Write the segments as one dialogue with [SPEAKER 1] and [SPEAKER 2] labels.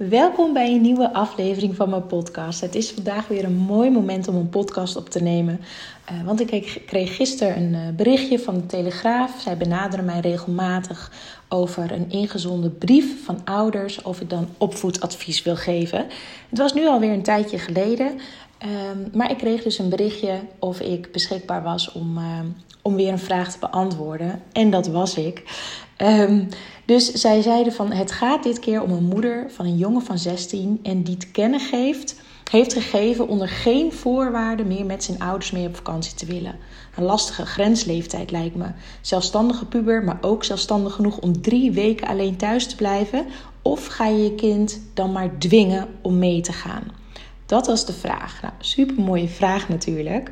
[SPEAKER 1] Welkom bij een nieuwe aflevering van mijn podcast. Het is vandaag weer een mooi moment om een podcast op te nemen. Want ik kreeg gisteren een berichtje van de Telegraaf. Zij benaderen mij regelmatig over een ingezonden brief van ouders of ik dan opvoedadvies wil geven. Het was nu alweer een tijdje geleden. Maar ik kreeg dus een berichtje of ik beschikbaar was om weer een vraag te beantwoorden. En dat was ik. Dus zij zeiden van het gaat dit keer om een moeder van een jongen van 16 en die te kennen heeft gegeven onder geen voorwaarden meer met zijn ouders mee op vakantie te willen. Een lastige grensleeftijd lijkt me. Zelfstandige puber, maar ook zelfstandig genoeg om 3 weken alleen thuis te blijven. Of ga je je kind dan maar dwingen om mee te gaan? Dat was de vraag. Nou, supermooie vraag natuurlijk.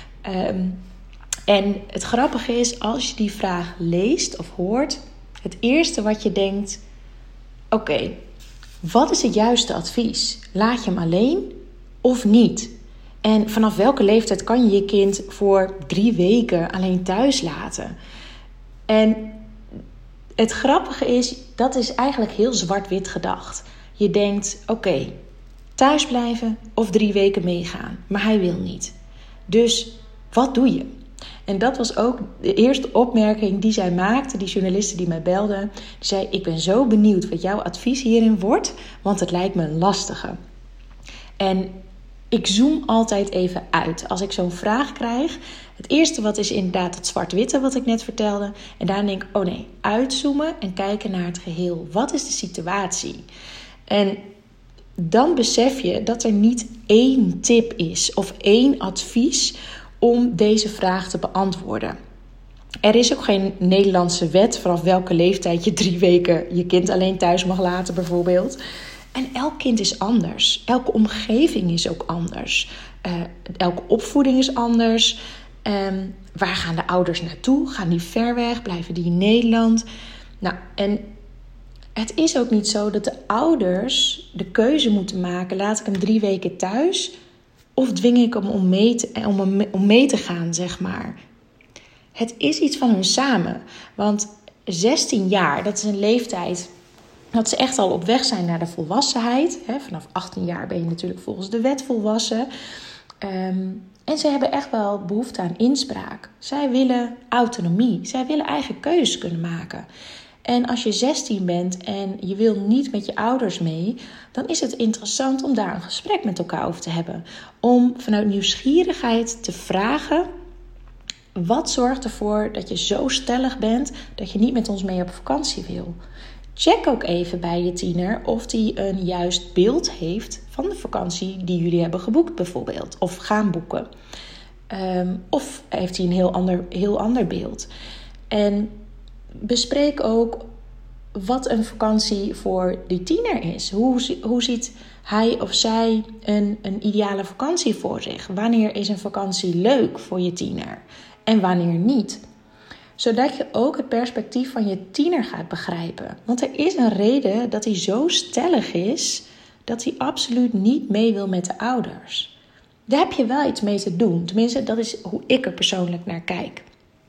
[SPEAKER 1] En het grappige is, als je die vraag leest of hoort, het eerste wat je denkt, oké, wat is het juiste advies? Laat je hem alleen of niet? En vanaf welke leeftijd kan je je kind voor 3 weken alleen thuis laten? En het grappige is, dat is eigenlijk heel zwart-wit gedacht. Je denkt, oké, thuis blijven of 3 weken meegaan. Maar hij wil niet. Dus wat doe je? En dat was ook de eerste opmerking die zij maakte, die journaliste die mij belde. Die zei, ik ben zo benieuwd wat jouw advies hierin wordt, want het lijkt me een lastige. En ik zoom altijd even uit. Als ik zo'n vraag krijg, het eerste wat is inderdaad het zwart-witte wat ik net vertelde. En daarna denk ik, oh nee, uitzoomen en kijken naar het geheel. Wat is de situatie? En dan besef je dat er niet 1 tip is of 1 advies om deze vraag te beantwoorden. Er is ook geen Nederlandse wet vanaf welke leeftijd je 3 weken je kind alleen thuis mag laten bijvoorbeeld. En elk kind is anders. Elke omgeving is ook anders. Elke opvoeding is anders. Waar gaan de ouders naartoe? Gaan die ver weg? Blijven die in Nederland? Nou, en het is ook niet zo dat de ouders de keuze moeten maken. Laat ik hem 3 weken thuis of dwing ik hem om mee te gaan, zeg maar. Het is iets van hun samen. Want 16 jaar, dat is een leeftijd dat ze echt al op weg zijn naar de volwassenheid. Vanaf 18 jaar ben je natuurlijk volgens de wet volwassen. En ze hebben echt wel behoefte aan inspraak. Zij willen autonomie. Zij willen eigen keuzes kunnen maken. En als je 16 bent en je wil niet met je ouders mee, dan is het interessant om daar een gesprek met elkaar over te hebben. Om vanuit nieuwsgierigheid te vragen, wat zorgt ervoor dat je zo stellig bent dat je niet met ons mee op vakantie wil? Check ook even bij je tiener of die een juist beeld heeft van de vakantie die jullie hebben geboekt bijvoorbeeld. Of gaan boeken. Of heeft hij een heel ander beeld. En bespreek ook wat een vakantie voor die tiener is. Hoe ziet hij of zij een ideale vakantie voor zich? Wanneer is een vakantie leuk voor je tiener? En wanneer niet? Zodat je ook het perspectief van je tiener gaat begrijpen. Want er is een reden dat hij zo stellig is dat hij absoluut niet mee wil met de ouders. Daar heb je wel iets mee te doen. Tenminste, dat is hoe ik er persoonlijk naar kijk.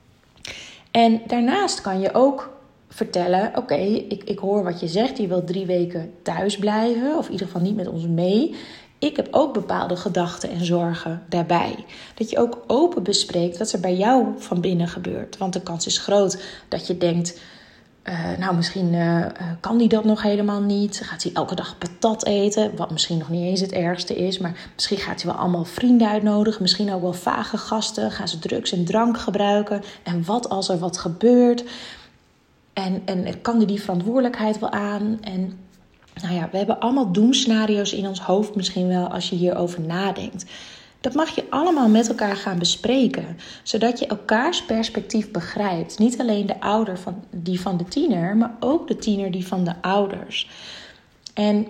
[SPEAKER 1] En daarnaast kan je ook vertellen, oké, ik hoor wat je zegt. Je wilt 3 weken thuis blijven of in ieder geval niet met ons mee. Ik heb ook bepaalde gedachten en zorgen daarbij. Dat je ook open bespreekt wat er bij jou van binnen gebeurt. Want de kans is groot dat je denkt, misschien kan hij dat nog helemaal niet. Gaat hij elke dag patat eten, wat misschien nog niet eens het ergste is. Maar misschien gaat hij wel allemaal vrienden uitnodigen. Misschien ook wel vage gasten. Gaan ze drugs en drank gebruiken. En wat als er wat gebeurt? En kan hij die verantwoordelijkheid wel aan? En we hebben allemaal doemscenario's in ons hoofd misschien wel als je hierover nadenkt. Dat mag je allemaal met elkaar gaan bespreken, zodat je elkaars perspectief begrijpt. Niet alleen de ouder die van de tiener, maar ook de tiener die van de ouders. En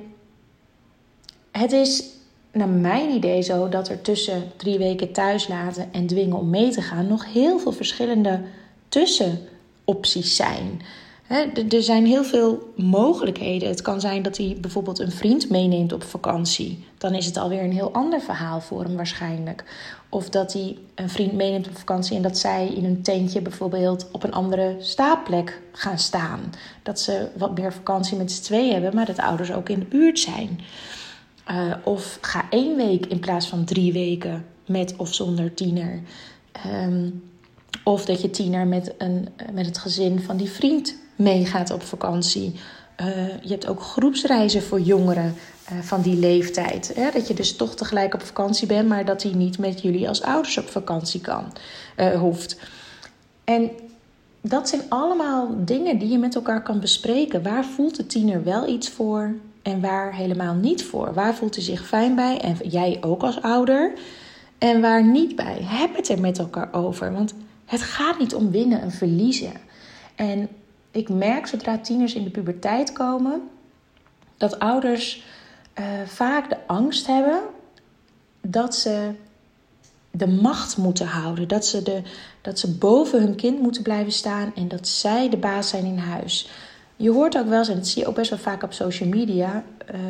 [SPEAKER 1] het is naar mijn idee zo dat er tussen 3 weken thuis laten en dwingen om mee te gaan nog heel veel verschillende tussenopties zijn. Er zijn heel veel mogelijkheden. Het kan zijn dat hij bijvoorbeeld een vriend meeneemt op vakantie. Dan is het alweer een heel ander verhaal voor hem waarschijnlijk. Of dat hij een vriend meeneemt op vakantie en dat zij in een tentje bijvoorbeeld op een andere staapplek gaan staan. Dat ze wat meer vakantie met z'n tweeën hebben, maar dat de ouders ook in de buurt zijn. Of ga 1 week in plaats van 3 weken met of zonder tiener. Of dat je tiener met het gezin van die vriend meegaat op vakantie. Je hebt ook groepsreizen voor jongeren van die leeftijd. Dat je dus toch tegelijk op vakantie bent, maar dat hij niet met jullie als ouders op vakantie hoeft. En dat zijn allemaal dingen die je met elkaar kan bespreken. Waar voelt de tiener wel iets voor en waar helemaal niet voor? Waar voelt hij zich fijn bij en jij ook als ouder? En waar niet bij? Heb het er met elkaar over, want het gaat niet om winnen en verliezen. En ik merk zodra tieners in de puberteit komen, dat ouders vaak de angst hebben dat ze de macht moeten houden. Dat ze boven hun kind moeten blijven staan en dat zij de baas zijn in huis. Je hoort ook wel eens, en dat zie je ook best wel vaak op social media,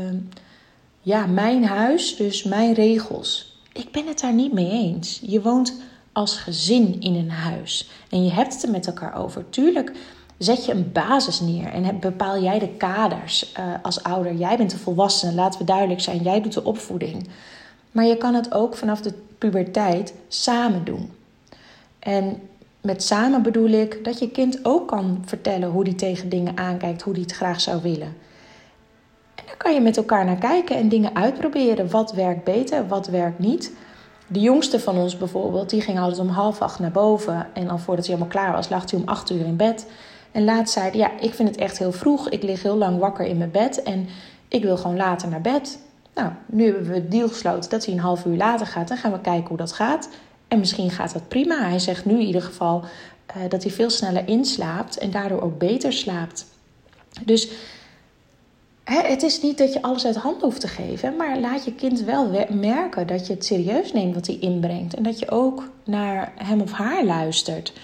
[SPEAKER 1] mijn huis, dus mijn regels. Ik ben het daar niet mee eens. Je woont als gezin in een huis. En je hebt het er met elkaar over. Tuurlijk zet je een basis neer en bepaal jij de kaders als ouder. Jij bent de volwassene, laten we duidelijk zijn. Jij doet de opvoeding. Maar je kan het ook vanaf de puberteit samen doen. En met samen bedoel ik dat je kind ook kan vertellen hoe die tegen dingen aankijkt, hoe die het graag zou willen. En dan kan je met elkaar naar kijken en dingen uitproberen. Wat werkt beter, wat werkt niet. De jongste van ons bijvoorbeeld, die ging altijd om 7:30 naar boven. En dan voordat hij helemaal klaar was, lag hij om 8 uur in bed. En laatst zei hij, ik vind het echt heel vroeg. Ik lig heel lang wakker in mijn bed en ik wil gewoon later naar bed. Nou, nu hebben we het deal gesloten dat hij een half uur later gaat. Dan gaan we kijken hoe dat gaat. En misschien gaat dat prima. Hij zegt nu in ieder geval dat hij veel sneller inslaapt en daardoor ook beter slaapt. Dus het is niet dat je alles uit handen hoeft te geven, maar laat je kind wel merken dat je het serieus neemt wat hij inbrengt. En dat je ook naar hem of haar luistert.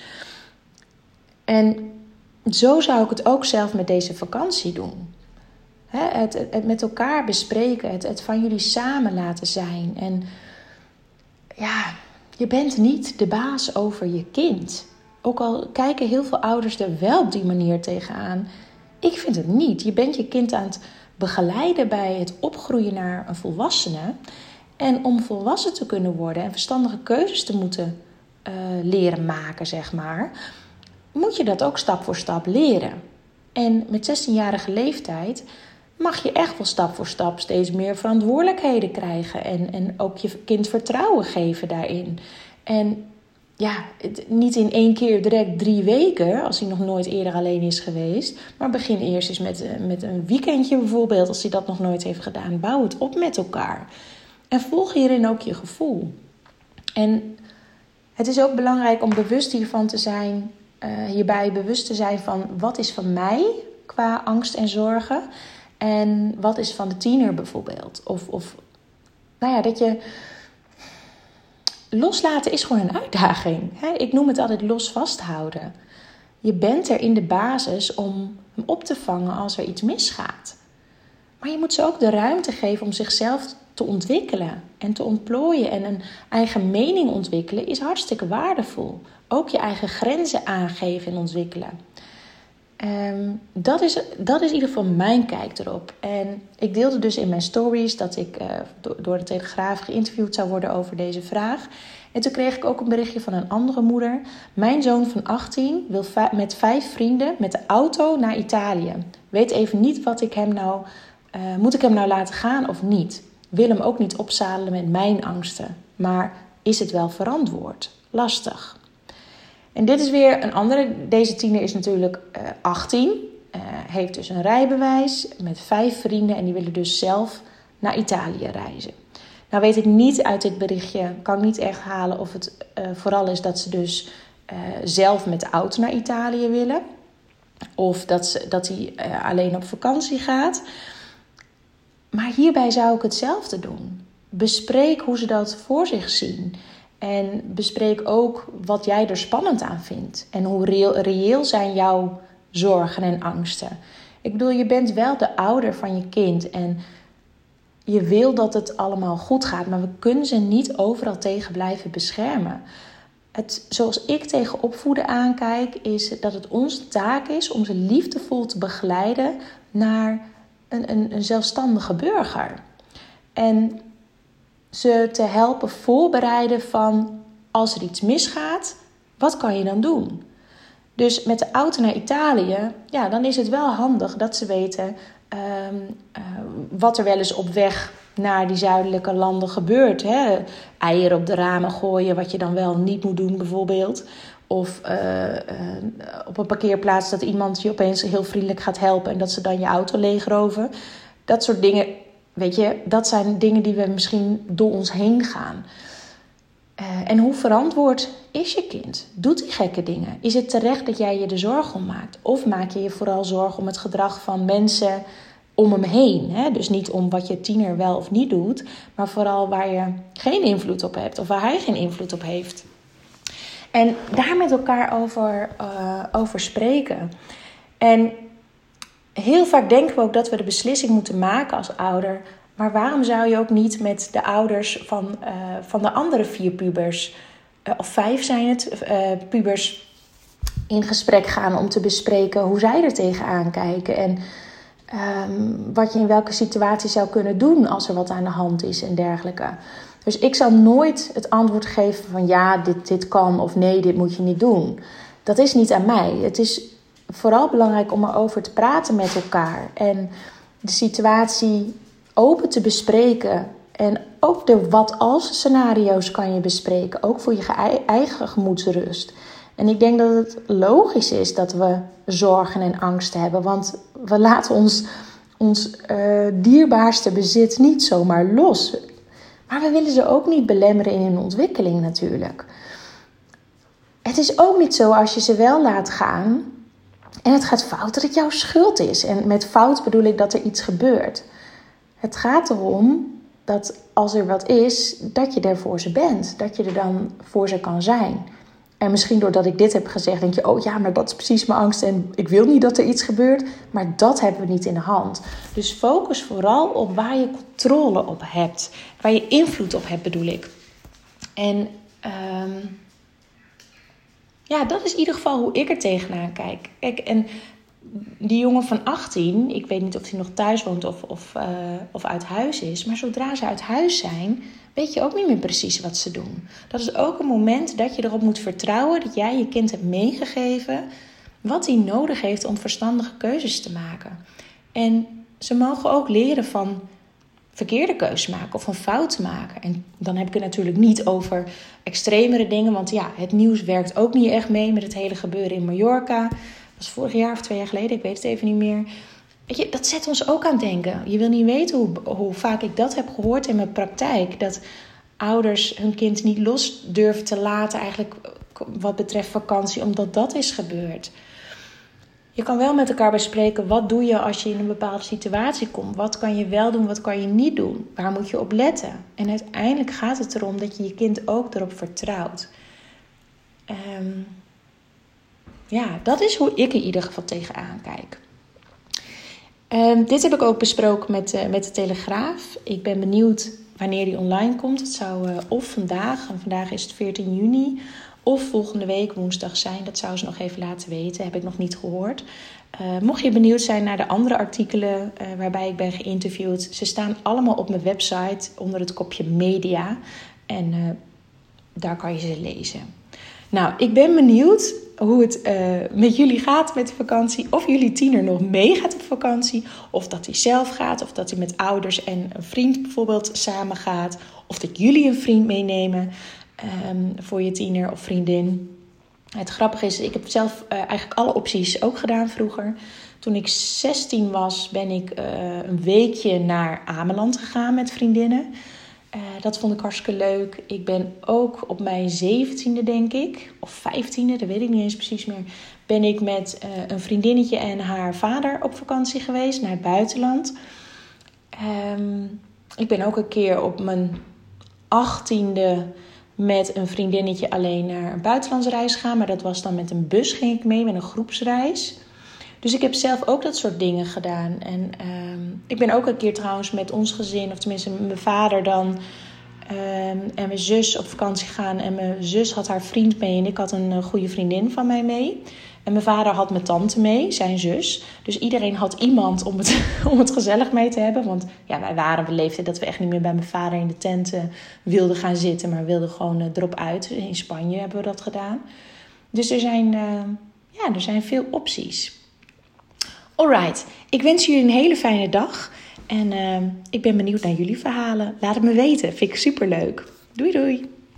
[SPEAKER 1] En zo zou ik het ook zelf met deze vakantie doen. Het met elkaar bespreken, het van jullie samen laten zijn. En ja, je bent niet de baas over je kind. Ook al kijken heel veel ouders er wel op die manier tegenaan. Ik vind het niet. Je bent je kind aan het begeleiden bij het opgroeien naar een volwassene. En om volwassen te kunnen worden en verstandige keuzes te moeten leren maken, zeg maar, moet je dat ook stap voor stap leren. En met 16-jarige leeftijd mag je echt wel stap voor stap steeds meer verantwoordelijkheden krijgen. En ook je kind vertrouwen geven daarin. En ja, niet in 1 keer direct 3 weken, als hij nog nooit eerder alleen is geweest. Maar begin eerst eens met een weekendje bijvoorbeeld, als hij dat nog nooit heeft gedaan. Bouw het op met elkaar. En volg hierin ook je gevoel. En het is ook belangrijk om bewust hiervan te zijn, hierbij bewust te zijn van wat is van mij qua angst en zorgen. En wat is van de tiener bijvoorbeeld. Of dat je loslaten is gewoon een uitdaging. Ik noem het altijd los vasthouden. Je bent er in de basis om hem op te vangen als er iets misgaat. Maar je moet ze ook de ruimte geven om zichzelf te ontwikkelen en te ontplooien. En een eigen mening ontwikkelen is hartstikke waardevol. Ook je eigen grenzen aangeven en ontwikkelen. Dat is in ieder geval mijn kijk erop. En ik deelde dus in mijn stories dat ik door de Telegraaf geïnterviewd zou worden over deze vraag. En toen kreeg ik ook een berichtje van een andere moeder. Mijn zoon van 18 wil met 5 vrienden met de auto naar Italië. Weet even niet wat ik hem nou... moet ik hem nou laten gaan of niet? Wil hem ook niet opzadelen met mijn angsten. Maar is het wel verantwoord? Lastig. En dit is weer een andere. Deze tiener is natuurlijk 18. Heeft dus een rijbewijs met 5 vrienden. En die willen dus zelf naar Italië reizen. Nou weet ik niet uit dit berichtje. Kan ik niet echt halen of het vooral is dat ze dus zelf met de auto naar Italië willen. Of dat hij alleen op vakantie gaat. Maar hierbij zou ik hetzelfde doen. Bespreek hoe ze dat voor zich zien. En bespreek ook wat jij er spannend aan vindt. En hoe reëel zijn jouw zorgen en angsten. Ik bedoel, je bent wel de ouder van je kind en je wil dat het allemaal goed gaat, maar we kunnen ze niet overal tegen blijven beschermen. Zoals ik tegen opvoeden aankijk, is dat het onze taak is om ze liefdevol te begeleiden naar een zelfstandige burger. En ze te helpen voorbereiden van als er iets misgaat, wat kan je dan doen? Dus met de auto naar Italië, ja, dan is het wel handig dat ze weten wat er wel eens op weg naar die zuidelijke landen gebeurt. Hè? Eieren op de ramen gooien, wat je dan wel niet moet doen bijvoorbeeld. Of op een parkeerplaats dat iemand je opeens heel vriendelijk gaat helpen en dat ze dan je auto leegroven. Dat soort dingen, weet je, dat zijn dingen die we misschien door ons heen gaan. En hoe verantwoord is je kind? Doet hij gekke dingen? Is het terecht dat jij je er zorgen om maakt? Of maak je je vooral zorgen om het gedrag van mensen om hem heen? Hè? Dus niet om wat je tiener wel of niet doet, maar vooral waar je geen invloed op hebt of waar hij geen invloed op heeft. En daar met elkaar over spreken. En heel vaak denken we ook dat we de beslissing moeten maken als ouder. Maar waarom zou je ook niet met de ouders van de andere 4 pubers, of 5 zijn het, pubers, in gesprek gaan om te bespreken hoe zij er tegenaan kijken. En wat je in welke situatie zou kunnen doen als er wat aan de hand is en dergelijke. Dus ik zal nooit het antwoord geven van ja, dit kan of nee, dit moet je niet doen. Dat is niet aan mij. Het is vooral belangrijk om erover te praten met elkaar. En de situatie open te bespreken. En ook de wat-als scenario's kan je bespreken. Ook voor je eigen gemoedsrust. En ik denk dat het logisch is dat we zorgen en angsten hebben. Want we laten ons dierbaarste bezit niet zomaar los. Maar we willen ze ook niet belemmeren in hun ontwikkeling natuurlijk. Het is ook niet zo als je ze wel laat gaan en het gaat fout, dat het jouw schuld is. En met fout bedoel ik dat er iets gebeurt. Het gaat erom dat als er wat is, dat je er voor ze bent. Dat je er dan voor ze kan zijn. En misschien doordat ik dit heb gezegd, denk je, oh ja, maar dat is precies mijn angst en ik wil niet dat er iets gebeurt. Maar dat hebben we niet in de hand. Dus focus vooral op waar je controle op hebt. Waar je invloed op hebt, bedoel ik. En dat is in ieder geval hoe ik er tegenaan kijk. Kijk, en die jongen van 18, ik weet niet of hij nog thuis woont of uit huis is. Maar zodra ze uit huis zijn, weet je ook niet meer precies wat ze doen. Dat is ook een moment dat je erop moet vertrouwen dat jij je kind hebt meegegeven wat hij nodig heeft om verstandige keuzes te maken. En ze mogen ook leren van verkeerde keuzes maken of een fout maken. En dan heb ik het natuurlijk niet over extremere dingen, want ja, het nieuws werkt ook niet echt mee met het hele gebeuren in Mallorca. Dat was vorig jaar of 2 jaar geleden, ik weet het even niet meer. Weet je, dat zet ons ook aan het denken. Je wil niet weten hoe vaak ik dat heb gehoord in mijn praktijk. Dat ouders hun kind niet los durven te laten, eigenlijk wat betreft vakantie, omdat dat is gebeurd. Je kan wel met elkaar bespreken, wat doe je als je in een bepaalde situatie komt? Wat kan je wel doen, wat kan je niet doen? Waar moet je op letten? En uiteindelijk gaat het erom dat je je kind ook erop vertrouwt. Dat is hoe ik in ieder geval tegenaan kijk. Dit heb ik ook besproken met de Telegraaf. Ik ben benieuwd wanneer die online komt. Het zou of vandaag, en vandaag is het 14 juni... of volgende week woensdag zijn. Dat zou ze nog even laten weten. Heb ik nog niet gehoord. Mocht je benieuwd zijn naar de andere artikelen waarbij ik ben geïnterviewd. Ze staan allemaal op mijn website onder het kopje media. En daar kan je ze lezen. Nou, ik ben benieuwd hoe het met jullie gaat met de vakantie. Of jullie tiener nog meegaat op vakantie. Of dat hij zelf gaat. Of dat hij met ouders en een vriend bijvoorbeeld samen gaat. Of dat jullie een vriend meenemen voor je tiener of vriendin. Het grappige is, ik heb zelf eigenlijk alle opties ook gedaan vroeger. Toen ik 16 was, ben ik een weekje naar Ameland gegaan met vriendinnen. Dat vond ik hartstikke leuk. Ik ben ook op mijn 17e, denk ik, of 15e, dat weet ik niet eens precies meer, ben ik met een vriendinnetje en haar vader op vakantie geweest naar het buitenland. Ik ben ook een keer op mijn 18e met een vriendinnetje alleen naar een buitenlandsreis gegaan. Maar dat was dan met een bus, ging ik mee, met een groepsreis. Dus ik heb zelf ook dat soort dingen gedaan. En ik ben ook een keer trouwens met ons gezin, of tenminste mijn vader dan, en mijn zus op vakantie gegaan. En mijn zus had haar vriend mee en ik had een goede vriendin van mij mee. En mijn vader had mijn tante mee, zijn zus. Dus iedereen had iemand om het gezellig mee te hebben. Want ja, wij waren op een leeftijd dat we echt niet meer bij mijn vader in de tent wilden gaan zitten. Maar wilden gewoon erop uit. In Spanje hebben we dat gedaan. Dus er zijn veel opties. Alright, ik wens jullie een hele fijne dag. En ik ben benieuwd naar jullie verhalen. Laat het me weten, vind ik superleuk. Doei doei!